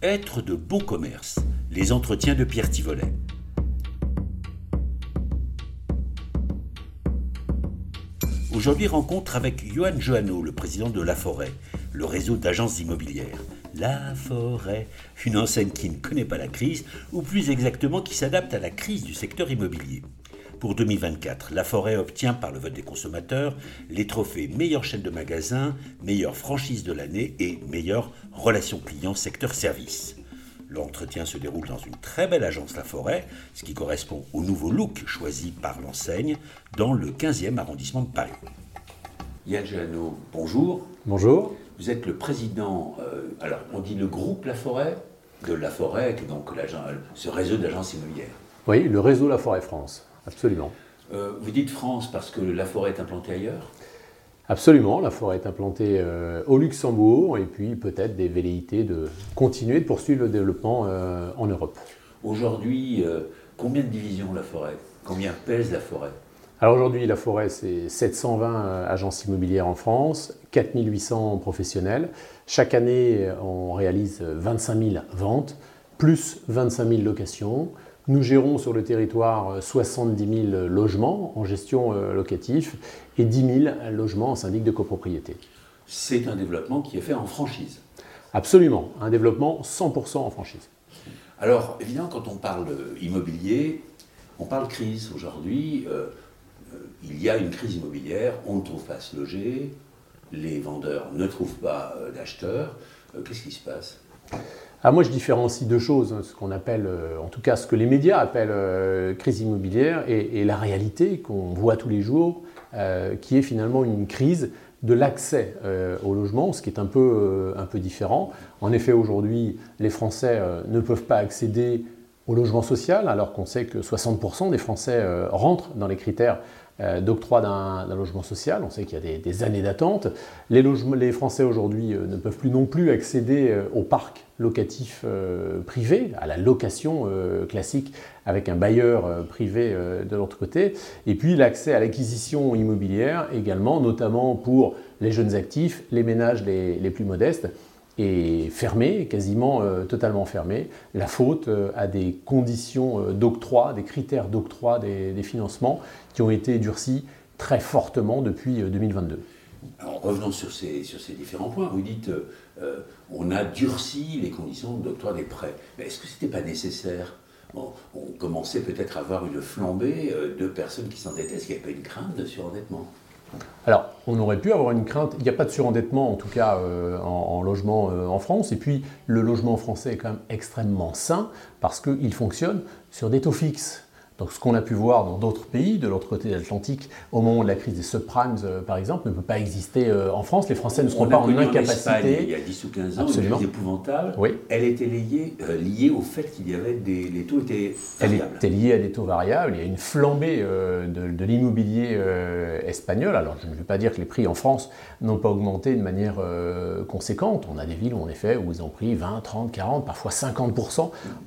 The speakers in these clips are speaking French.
Être de bon commerce, les entretiens de Pierre Thivolet. Aujourd'hui, rencontre avec Johan Johanneau, le président de Laforêt, le réseau d'agences immobilières. Laforêt, une enseigne qui ne connaît pas la crise, ou plus exactement qui s'adapte à la crise du secteur immobilier. Pour 2024, Laforêt obtient par le vote des consommateurs les trophées meilleure chaîne de magasins, meilleure franchise de l'année et meilleure relation client secteur service. L'entretien se déroule dans une très belle agence Laforêt, ce qui correspond au nouveau look choisi par l'enseigne dans le 15e arrondissement de Paris. Johan Johanneau, bonjour. Bonjour. Vous êtes le président, alors on dit le groupe Laforêt, de Laforêt, donc ce réseau d'agences immobilières. Oui, le réseau Laforêt France, absolument. Vous dites France parce que Laforêt est implanté ailleurs ? Absolument, Laforêt est implantée au Luxembourg et puis peut-être des velléités de continuer de poursuivre le développement en Europe. Aujourd'hui, combien de divisions Laforêt ? Combien pèse Laforêt ? Alors aujourd'hui, Laforêt, c'est 720 agences immobilières en France, 4800 professionnels. Chaque année, on réalise 25 000 ventes, plus 25 000 locations. Nous gérons sur le territoire 70 000 logements en gestion locative et 10 000 logements en syndic de copropriété. C'est un développement qui est fait en franchise. Absolument, un développement 100% en franchise. Alors, évidemment, quand on parle immobilier, on parle crise. Aujourd'hui, il y a une crise immobilière, on ne trouve pas à se loger, les vendeurs ne trouvent pas d'acheteurs. Qu'est-ce qui se passe ? Moi, je différencie deux choses, ce qu'on appelle, en tout cas ce que les médias appellent crise immobilière et la réalité qu'on voit tous les jours, qui est finalement une crise de l'accès au logement, ce qui est un peu différent. En effet, aujourd'hui, les Français ne peuvent pas accéder au logement social, alors qu'on sait que 60% des Français rentrent dans les critères d'octroi d'un logement social. On sait qu'il y a des années d'attente. Les Français aujourd'hui ne peuvent plus non plus accéder au parc locatif privé, à la location classique avec un bailleur privé de l'autre côté. Et puis l'accès à l'acquisition immobilière également, notamment pour les jeunes actifs, les ménages les plus modestes, est fermé, quasiment totalement fermé, la faute à des conditions d'octroi, des critères d'octroi des financements qui ont été durcis très fortement depuis 2022. Alors revenons sur ces différents points. Vous dites on a durci les conditions d'octroi des prêts. Mais est-ce que ce n'était pas nécessaire ? On commençait peut-être à avoir une flambée de personnes qui s'endettaient. Est-ce qu'il n'y avait pas une crainte de surendettement ? Alors, on aurait pu avoir une crainte. Il n'y a pas de surendettement, en tout cas, en logement en France. Et puis, le logement français est quand même extrêmement sain parce qu'il fonctionne sur des taux fixes. Donc, ce qu'on a pu voir dans d'autres pays, de l'autre côté de l'Atlantique, au moment de la crise des subprimes, par exemple, ne peut pas exister en France. Les Français ne seront pas en incapacité. En Espagne, il y a 10 ou 15 ans, une crise épouvantable. Oui. Elle était liée au fait qu'il y avait les taux étaient variables. Elle était liée à des taux variables. Il y a une flambée de l'immobilier espagnol. Alors, je ne veux pas dire que les prix en France n'ont pas augmenté de manière conséquente. On a des villes, en effet, où ils ont pris 20, 30, 40, parfois 50%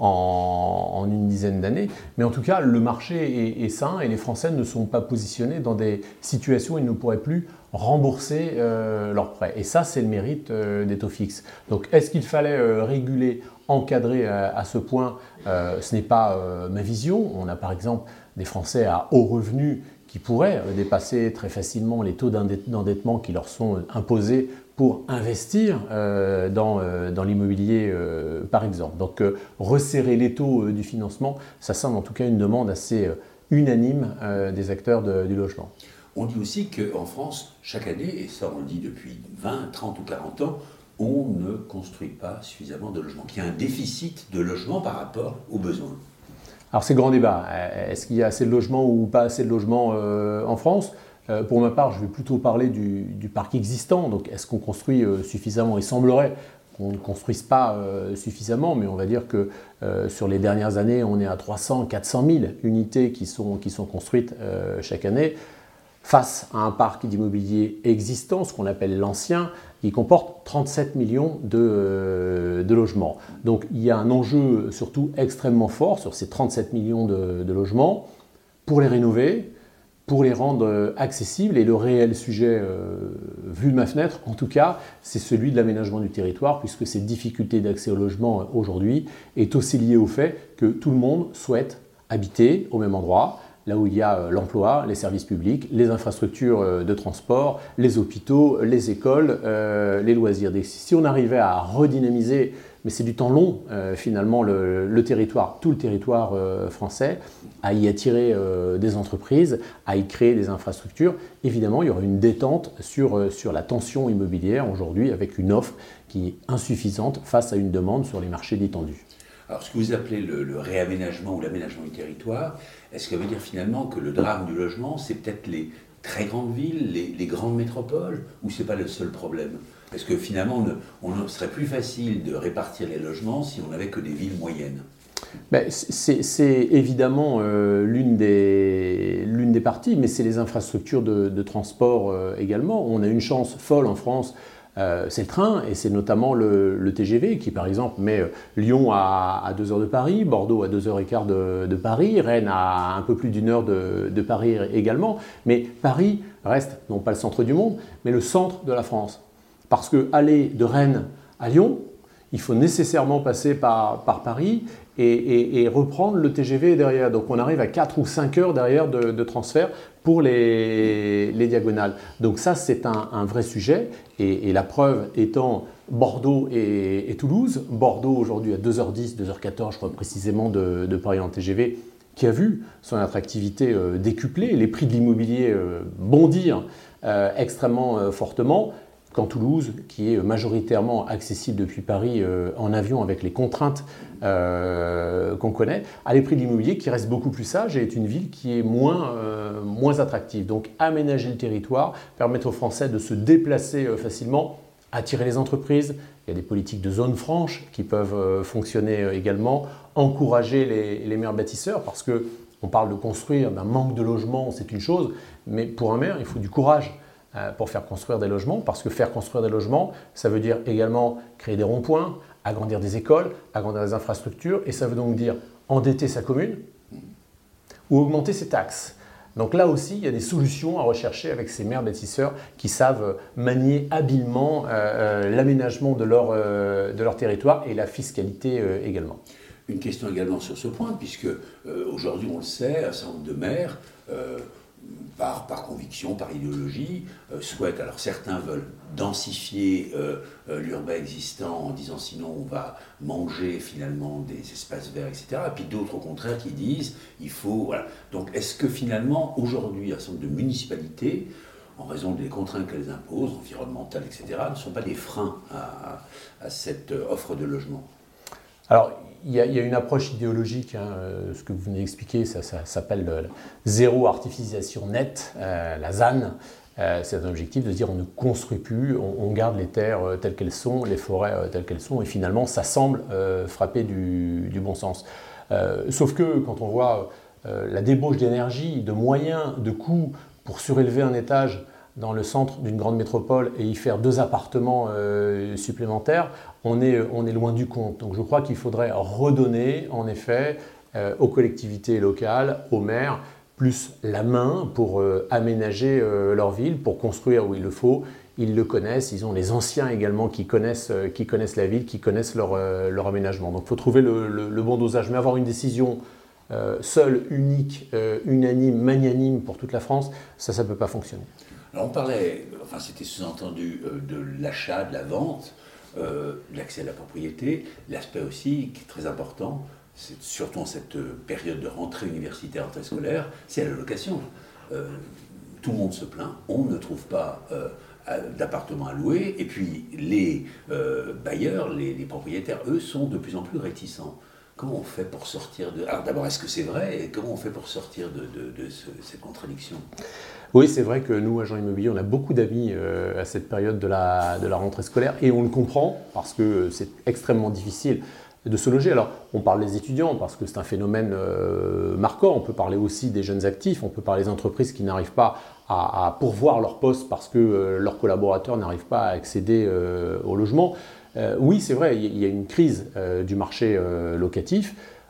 en une dizaine d'années. Mais en tout cas, le marché est sain et les Français ne sont pas positionnés dans des situations où ils ne pourraient plus rembourser leurs prêts. Et ça, c'est le mérite des taux fixes. Donc, est-ce qu'il fallait réguler, encadrer à ce point ? Ce n'est pas ma vision. On a par exemple des Français à haut revenu qui pourraient dépasser très facilement les taux d'endettement qui leur sont imposés pour investir dans l'immobilier, par exemple. Donc, resserrer les taux du financement, ça semble en tout cas une demande assez unanime des acteurs du logement. On dit aussi qu'en France, chaque année, et ça on le dit depuis 20, 30 ou 40 ans, on ne construit pas suffisamment de logements, qu'il y a un déficit de logements par rapport aux besoins. Alors c'est grand débat. Est-ce qu'il y a assez de logements ou pas assez de logements en France ? Pour ma part, je vais plutôt parler du parc existant. Donc est-ce qu'on construit suffisamment ? Il semblerait qu'on ne construise pas suffisamment, mais on va dire que sur les dernières années, on est à 300, 400 000 unités qui sont construites chaque année, face à un parc d'immobilier existant, ce qu'on appelle l'ancien, qui comporte 37 millions de logements. Donc il y a un enjeu surtout extrêmement fort sur ces 37 millions de logements pour les rénover, pour les rendre accessibles. Et le réel sujet, vu de ma fenêtre, en tout cas, c'est celui de l'aménagement du territoire, puisque cette difficulté d'accès au logement aujourd'hui est aussi liée au fait que tout le monde souhaite habiter au même endroit, là où il y a l'emploi, les services publics, les infrastructures de transport, les hôpitaux, les écoles, les loisirs. Si on arrivait à redynamiser, mais c'est du temps long finalement, le territoire, tout le territoire français, à y attirer des entreprises, à y créer des infrastructures, évidemment il y aurait une détente sur la tension immobilière aujourd'hui, avec une offre qui est insuffisante face à une demande sur les marchés détendus. Alors, ce que vous appelez le réaménagement ou l'aménagement du territoire, est-ce que ça veut dire finalement que le drame du logement, c'est peut-être les très grandes villes, les grandes métropoles, ou c'est pas le seul problème? Est-ce que finalement, on serait plus facile de répartir les logements si on n'avait que des villes moyennes? C'est évidemment l'une des parties, mais c'est les infrastructures de transport également. On a une chance folle en France. C'est le train, et c'est notamment le TGV qui, par exemple, met Lyon à 2 heures de Paris, Bordeaux à 2h15 de Paris, Rennes à un peu plus d'1 heure de Paris également. Mais Paris reste, non pas le centre du monde, mais le centre de la France. Parce que aller de Rennes à Lyon, il faut nécessairement passer par Paris et reprendre le TGV derrière. Donc on arrive à 4 ou 5 heures derrière de transfert pour les diagonales. Donc ça, c'est un vrai sujet. Et la preuve étant Bordeaux et Toulouse. Bordeaux aujourd'hui à 2h10, 2h14, je crois précisément, de Paris en TGV, qui a vu son attractivité décupler, les prix de l'immobilier bondir extrêmement fortement. Qu'en Toulouse, qui est majoritairement accessible depuis Paris en avion avec les contraintes qu'on connaît, a les prix de l'immobilier qui restent beaucoup plus sages et est une ville qui est moins attractive. Donc aménager le territoire, permettre aux Français de se déplacer facilement, attirer les entreprises. Il y a des politiques de zones franches qui peuvent fonctionner également, encourager les maires bâtisseurs, parce qu'on parle de construire, d'un manque de logement, c'est une chose, mais pour un maire, il faut du courage pour faire construire des logements, parce que faire construire des logements, ça veut dire également créer des ronds-points, agrandir des écoles, agrandir des infrastructures, et ça veut donc dire endetter sa commune ou augmenter ses taxes. Donc là aussi, il y a des solutions à rechercher avec ces maires bâtisseurs qui savent manier habilement l'aménagement de leur territoire et la fiscalité également. Une question également sur ce point, puisque aujourd'hui, on le sait, un certain nombre de maires par conviction, par idéologie, souhaitent, alors certains veulent densifier l'urbain existant en disant sinon on va manger finalement des espaces verts, etc. Et puis d'autres au contraire qui disent il faut... Voilà. Donc est-ce que finalement aujourd'hui un certain nombre de municipalités, en raison des contraintes qu'elles imposent, environnementales, etc., ne sont pas des freins à cette offre de logement? Alors, il y a une approche idéologique, ce que vous venez d'expliquer, ça s'appelle zéro artificialisation nette, la ZAN. C'est un objectif de se dire on ne construit plus, on garde les terres telles qu'elles sont, les forêts telles qu'elles sont, et finalement ça semble frapper du bon sens. Sauf que quand on voit la débauche d'énergie, de moyens, de coûts pour surélever un étage dans le centre d'une grande métropole et y faire 2 appartements supplémentaires, on est loin du compte. Donc je crois qu'il faudrait redonner en effet aux collectivités locales, aux maires, plus la main pour aménager leur ville, pour construire où il le faut. Ils le connaissent, ils ont les anciens également qui connaissent la ville, qui connaissent leur aménagement. Donc il faut trouver le bon dosage, mais avoir une décision seule, unique, unanime, magnanime pour toute la France, ça ne peut pas fonctionner. Alors on parlait, enfin c'était sous-entendu de l'achat, de la vente, de l'accès à la propriété. L'aspect aussi qui est très important, c'est surtout en cette période de rentrée universitaire, rentrée scolaire, c'est la location. Tout le monde se plaint, on ne trouve pas d'appartements à louer, et puis les bailleurs, les propriétaires, eux, sont de plus en plus réticents. Comment on fait pour sortir de... Alors d'abord, est-ce que c'est vrai, et comment on fait pour sortir de cette contradiction? Oui, c'est vrai que nous, agents immobiliers, on a beaucoup d'amis à cette période de la rentrée scolaire, et on le comprend parce que c'est extrêmement difficile de se loger. Alors, on parle des étudiants parce que c'est un phénomène marquant, on peut parler aussi des jeunes actifs, on peut parler des entreprises qui n'arrivent pas à pourvoir leur poste parce que leurs collaborateurs n'arrivent pas à accéder au logement. Oui, c'est vrai, il y a une crise du marché locatif.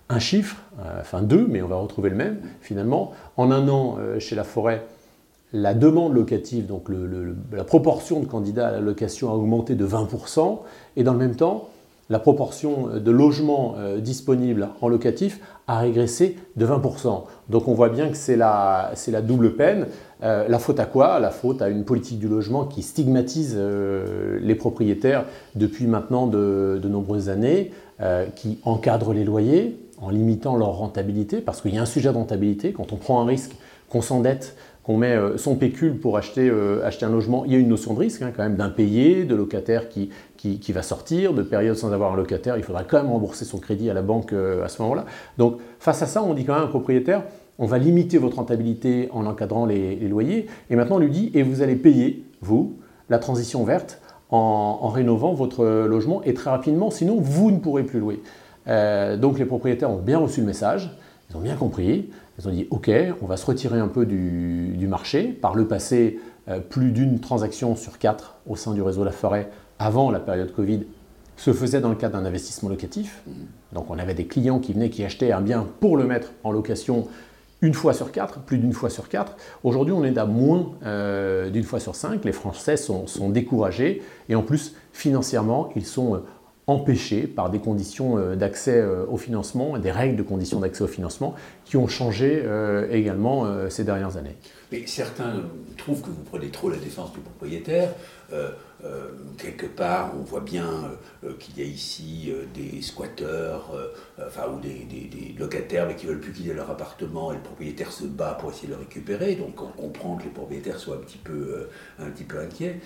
un chiffre, enfin deux, mais on va retrouver le même finalement. En un an, chez Laforêt, la demande locative, donc la proportion de candidats à la location a augmenté de 20%, et dans le même temps, la proportion de logements disponibles en locatif a régressé de 20%. Donc on voit bien que c'est la double peine. La faute à quoi? La faute à une politique du logement qui stigmatise les propriétaires depuis maintenant de nombreuses années, qui encadre les loyers en limitant leur rentabilité, parce qu'il y a un sujet de rentabilité. Quand on prend un risque, qu'on s'endette, qu'on met son pécule pour acheter un logement, il y a une notion de risque quand même, d'impayé, de locataire qui va sortir, de période sans avoir un locataire, il faudra quand même rembourser son crédit à la banque à ce moment-là. Donc face à ça, on dit quand même à un propriétaire, on va limiter votre rentabilité en encadrant les loyers, et maintenant on lui dit, et vous allez payer, vous, la transition verte en rénovant votre logement, et très rapidement, sinon vous ne pourrez plus louer. Donc les propriétaires ont bien reçu le message, ils ont bien compris, ils ont dit ok, on va se retirer un peu du marché. Par le passé, plus d'une transaction sur 4 au sein du réseau Laforêt avant la période Covid se faisait dans le cadre d'un investissement locatif. Donc on avait des clients qui venaient, qui achetaient un bien pour le mettre en location une fois sur 4, plus d'une fois sur 4. Aujourd'hui, on est à moins d'une fois sur 5. Les Français sont découragés et en plus, financièrement, ils sont empêchés par des conditions d'accès au financement, des règles de conditions d'accès au financement qui ont changé également ces dernières années. Mais certains trouvent que vous prenez trop la défense du propriétaire. Quelque part, on voit bien qu'il y a ici des squatteurs, ou des locataires mais qui ne veulent plus quitter leur appartement et le propriétaire se bat pour essayer de le récupérer. Donc on comprend que les propriétaires soient un petit peu inquiets.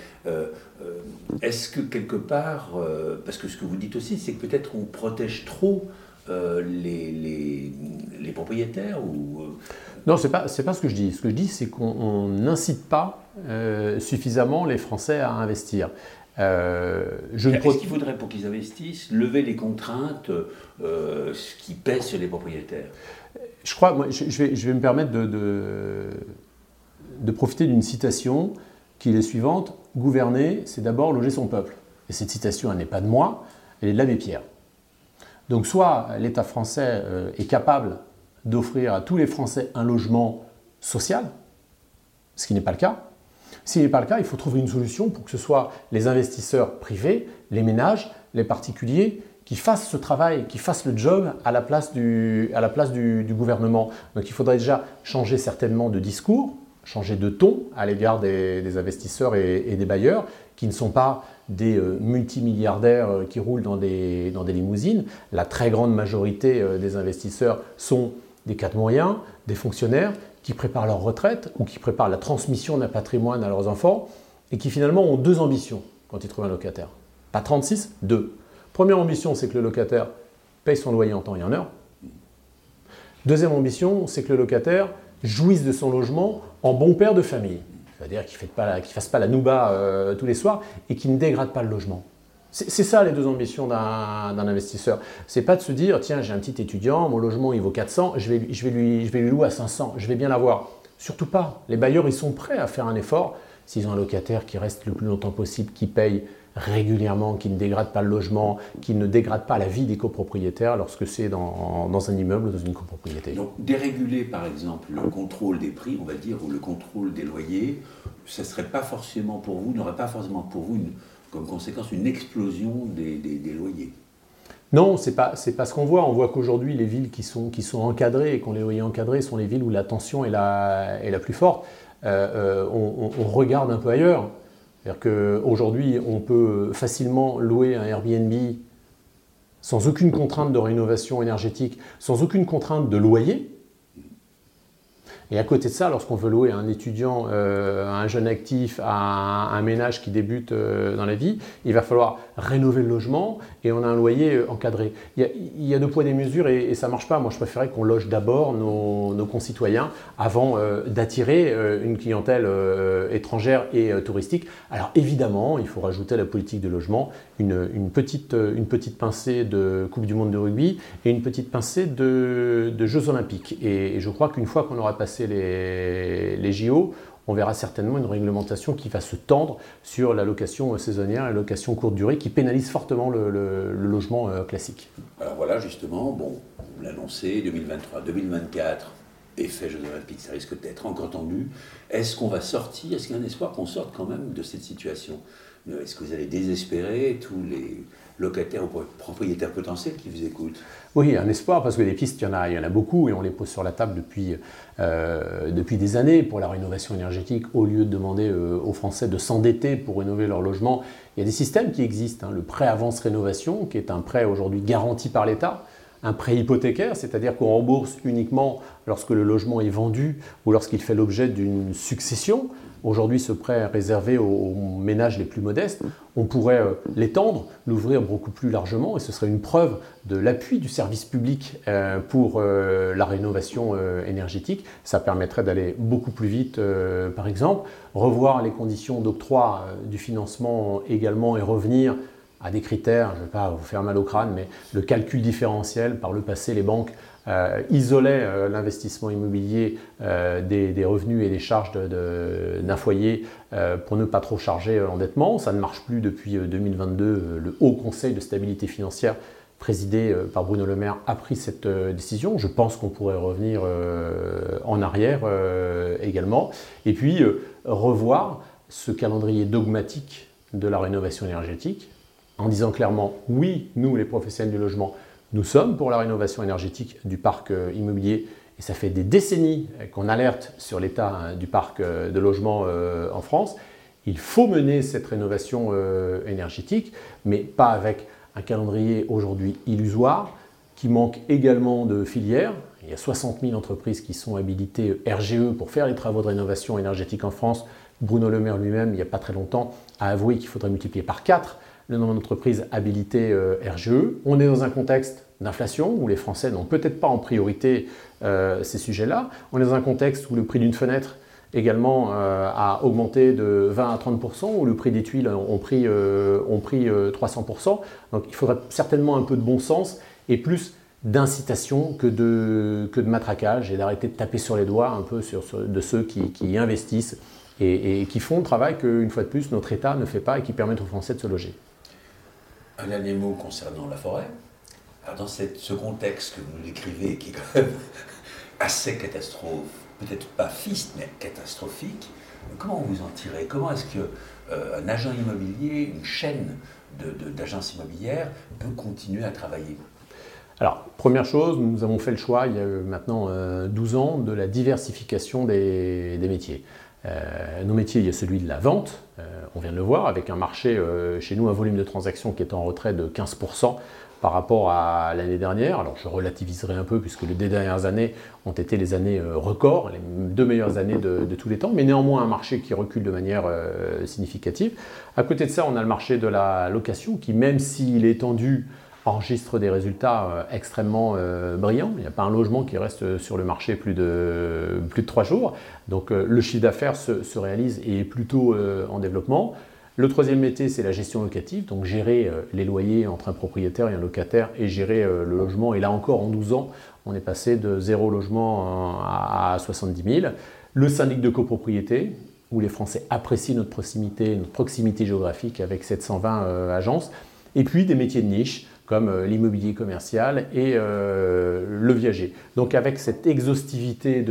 Est-ce que quelque part, parce que ce que vous dites aussi, c'est que peut-être on protège trop les propriétaires ou Non, c'est pas ce que je dis. Ce que je dis, c'est qu'on n'incite pas suffisamment les Français à investir. Est-ce qu'il faudrait, pour qu'ils investissent, lever les contraintes qui pèsent sur les propriétaires? Je crois, moi, je vais me permettre de profiter d'une citation qui est la suivante. Gouverner, c'est d'abord loger son peuple. Et cette citation, elle n'est pas de moi, elle est de l'abbé Pierre. Donc soit l'État français est capable d'offrir à tous les Français un logement social, ce qui n'est pas le cas. S'il n'est pas le cas, il faut trouver une solution pour que ce soit les investisseurs privés, les ménages, les particuliers qui fassent ce travail, qui fassent le job à la place du gouvernement. Donc il faudrait déjà changer certainement de discours, changer de ton à l'égard des investisseurs et des bailleurs qui ne sont pas des multimilliardaires qui roulent dans des limousines. La très grande majorité des investisseurs sont des cadres moyens, des fonctionnaires qui préparent leur retraite ou qui préparent la transmission d'un patrimoine à leurs enfants et qui finalement ont deux ambitions quand ils trouvent un locataire. Pas 36, deux. Première ambition, c'est que le locataire paye son loyer en temps et en heure. Deuxième ambition, c'est que le locataire jouisse de son logement en bon père de famille. C'est-à-dire qu'il ne fasse pas la nouba tous les soirs et qu'il ne dégrade pas le logement. C'est ça les deux ambitions d'un investisseur. C'est pas de se dire, tiens, j'ai un petit étudiant, mon logement il vaut 400, je vais lui louer à 500, je vais bien l'avoir. Surtout pas. Les bailleurs, ils sont prêts à faire un effort s'ils ont un locataire qui reste le plus longtemps possible, qui paye régulièrement, qui ne dégrade pas le logement, qui ne dégrade pas la vie des copropriétaires lorsque c'est dans un immeuble ou dans une copropriété. Donc déréguler par exemple le contrôle des prix, on va dire, ou le contrôle des loyers, ça serait pas forcément pour vous, n'aurait pas forcément pour vous comme conséquence une explosion des loyers. Non, c'est pas ce qu'on voit. On voit qu'aujourd'hui, les villes qui sont encadrées et qui ont les loyers encadrés sont les villes où la tension est la plus forte. On regarde un peu ailleurs. C'est-à-dire qu'aujourd'hui, on peut facilement louer un Airbnb sans aucune contrainte de rénovation énergétique, sans aucune contrainte de loyer. Et à côté de ça, lorsqu'on veut louer à un étudiant, à un jeune actif, à un ménage qui débute dans la vie, il va falloir rénover le logement et on a un loyer encadré. Il y a deux poids des mesures et ça ne marche pas. Moi, je préférais qu'on loge d'abord nos concitoyens avant d'attirer une clientèle étrangère et touristique. Alors évidemment, il faut rajouter à la politique de logement une petite pincée de Coupe du Monde de rugby et une petite pincée de Jeux Olympiques. Et je crois qu'une fois qu'on aura passé les JO, on verra certainement une réglementation qui va se tendre sur la location saisonnière et la location courte durée qui pénalise fortement le logement classique. Alors voilà, justement, bon, vous l'annoncez, 2023, 2024, effet Jeux Olympiques, ça risque d'être encore tendu. Est-ce qu'on va sortir, est-ce qu'il y a un espoir qu'on sorte quand même de cette situation? Est-ce que vous allez désespérer tous les locataires ou propriétaires potentiels qui vous écoutent? Oui, un espoir, parce que des pistes, il y en a beaucoup et on les pose sur la table depuis des années pour la rénovation énergétique. Au lieu de demander aux Français de s'endetter pour rénover leur logement, il y a des systèmes qui existent. Le prêt avance rénovation, qui est un prêt aujourd'hui garanti par l'État. Un prêt hypothécaire, c'est-à-dire qu'on rembourse uniquement lorsque le logement est vendu ou lorsqu'il fait l'objet d'une succession. Aujourd'hui, ce prêt est réservé aux ménages les plus modestes. On pourrait l'étendre, l'ouvrir beaucoup plus largement et ce serait une preuve de l'appui du service public pour la rénovation énergétique. Ça permettrait d'aller beaucoup plus vite, par exemple. Revoir les conditions d'octroi du financement également et revenir à des critères, je ne vais pas vous faire mal au crâne, mais le calcul différentiel. Par le passé, les banques isolaient l'investissement immobilier des revenus et des charges d'un foyer pour ne pas trop charger l'endettement. Ça ne marche plus depuis 2022. Le Haut Conseil de stabilité financière, présidé par Bruno Le Maire, a pris cette décision. Je pense qu'on pourrait revenir en arrière également. Et puis, revoir ce calendrier dogmatique de la rénovation énergétique, en disant clairement, oui, nous, les professionnels du logement, nous sommes pour la rénovation énergétique du parc immobilier. Et ça fait des décennies qu'on alerte sur l'état du parc de logement en France. Il faut mener cette rénovation énergétique, mais pas avec un calendrier aujourd'hui illusoire, qui manque également de filières. Il y a 60 000 entreprises qui sont habilitées RGE pour faire les travaux de rénovation énergétique en France. Bruno Le Maire lui-même, il n'y a pas très longtemps, a avoué qu'il faudrait multiplier par 4 le nombre d'entreprises habilitées RGE. On est dans un contexte d'inflation où les Français n'ont peut-être pas en priorité ces sujets-là. On est dans un contexte où le prix d'une fenêtre également a augmenté de 20 à 30%, où le prix des tuiles ont pris 300%. Donc il faudrait certainement un peu de bon sens et plus d'incitation que de matraquage et d'arrêter de taper sur les doigts un peu de ceux qui investissent et qui font le travail qu'une fois de plus notre État ne fait pas et qui permettent aux Français de se loger. Un dernier mot concernant la forêt. Alors dans ce contexte que vous nous décrivez, qui est quand même assez catastrophique, peut-être pas fiste, mais catastrophique, comment vous en tirez? Comment est-ce qu'un agent immobilier, une chaîne d'agences immobilières peut continuer à travailler? Alors, première chose, nous avons fait le choix, il y a maintenant 12 ans, de la diversification des métiers. Nos métiers, il y a celui de la vente, on vient de le voir, avec un marché chez nous, un volume de transactions qui est en retrait de 15% par rapport à l'année dernière. Alors je relativiserai un peu puisque les deux dernières années ont été les années records, les 2 meilleures années de tous les temps, mais néanmoins un marché qui recule de manière significative. À côté de ça, on a le marché de la location qui, même s'il est tendu, enregistre des résultats extrêmement brillants. Il n'y a pas un logement qui reste sur le marché plus de 3 jours. Donc le chiffre d'affaires se réalise et est plutôt en développement. Le troisième métier, c'est la gestion locative, donc gérer les loyers entre un propriétaire et un locataire et gérer le logement. Et là encore, en 12 ans, on est passé de 0 logement à 70 000. Le syndic de copropriété, où les Français apprécient notre proximité géographique avec 720 agences. Et puis des métiers de niche, comme l'immobilier commercial et le viager. Donc avec cette exhaustivité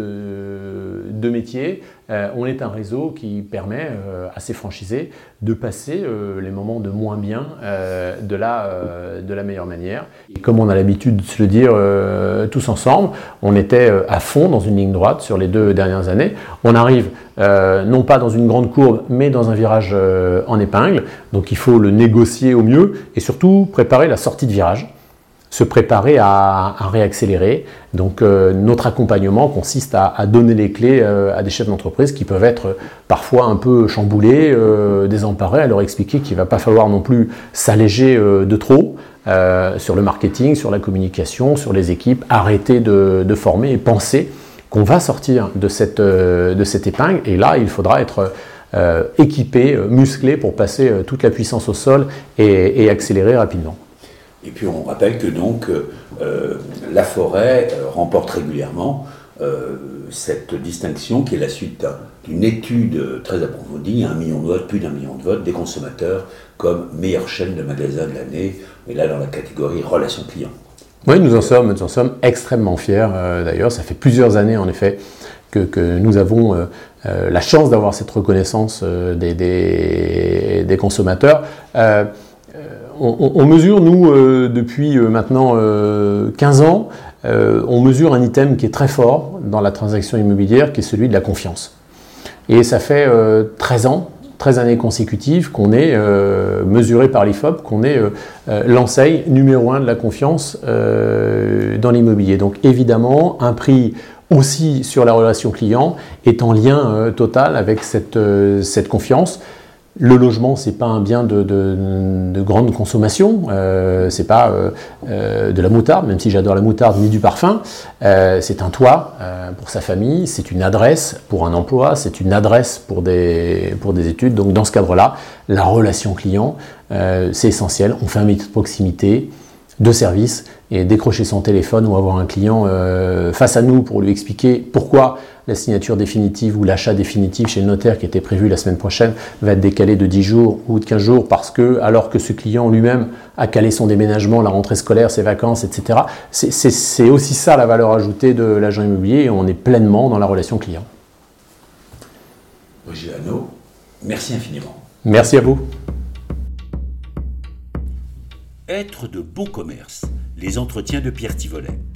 de métiers, on est un réseau qui permet à ses franchisés de passer les moments de moins bien de la meilleure manière. Et comme on a l'habitude de se le dire tous ensemble, on était à fond dans une ligne droite sur les 2 dernières années. On arrive non pas dans une grande courbe, mais dans un virage en épingle. Donc il faut le négocier au mieux et surtout préparer la sortie de virage, se préparer à réaccélérer. Donc notre accompagnement consiste à donner les clés à des chefs d'entreprise qui peuvent être parfois un peu chamboulés, désemparés, à leur expliquer qu'il ne va pas falloir non plus s'alléger de trop sur le marketing, sur la communication, sur les équipes, arrêter de former et penser qu'on va sortir de cette épingle. Et là, il faudra être équipé, musclé pour passer toute la puissance au sol et accélérer rapidement. Et puis on rappelle que donc la forêt remporte régulièrement cette distinction qui est la suite d'une étude très approfondie, 1 million de votes, plus d'1 million de votes, des consommateurs comme meilleure chaîne de magasins de l'année, et là dans la catégorie relations clients. Oui, nous en sommes extrêmement fiers. D'ailleurs, ça fait plusieurs années, en effet, que nous avons la chance d'avoir cette reconnaissance des consommateurs. On mesure, nous, depuis maintenant 15 ans, on mesure un item qui est très fort dans la transaction immobilière, qui est celui de la confiance. Et ça fait 13 années consécutives qu'on est mesuré par l'IFOP, qu'on est l'enseigne numéro 1 de la confiance dans l'immobilier. Donc évidemment, un prix aussi sur la relation client est en lien total avec cette confiance. Le logement, c'est pas un bien de grande consommation, c'est pas de la moutarde, même si j'adore la moutarde, ni du parfum. C'est un toit pour sa famille, c'est une adresse pour un emploi, c'est une adresse pour des études. Donc dans ce cadre-là, la relation client, c'est essentiel. On fait un métier de proximité, de service, et décrocher son téléphone ou avoir un client face à nous pour lui expliquer pourquoi la signature définitive ou l'achat définitif chez le notaire qui était prévu la semaine prochaine va être décalé de 10 jours ou de 15 jours parce que, alors que ce client lui-même a calé son déménagement, la rentrée scolaire, ses vacances, etc. C'est aussi ça la valeur ajoutée de l'agent immobilier et on est pleinement dans la relation client. Roger Hanau, merci infiniment. Merci à vous. Être de bon commerce, les entretiens de Pierre Thivolet.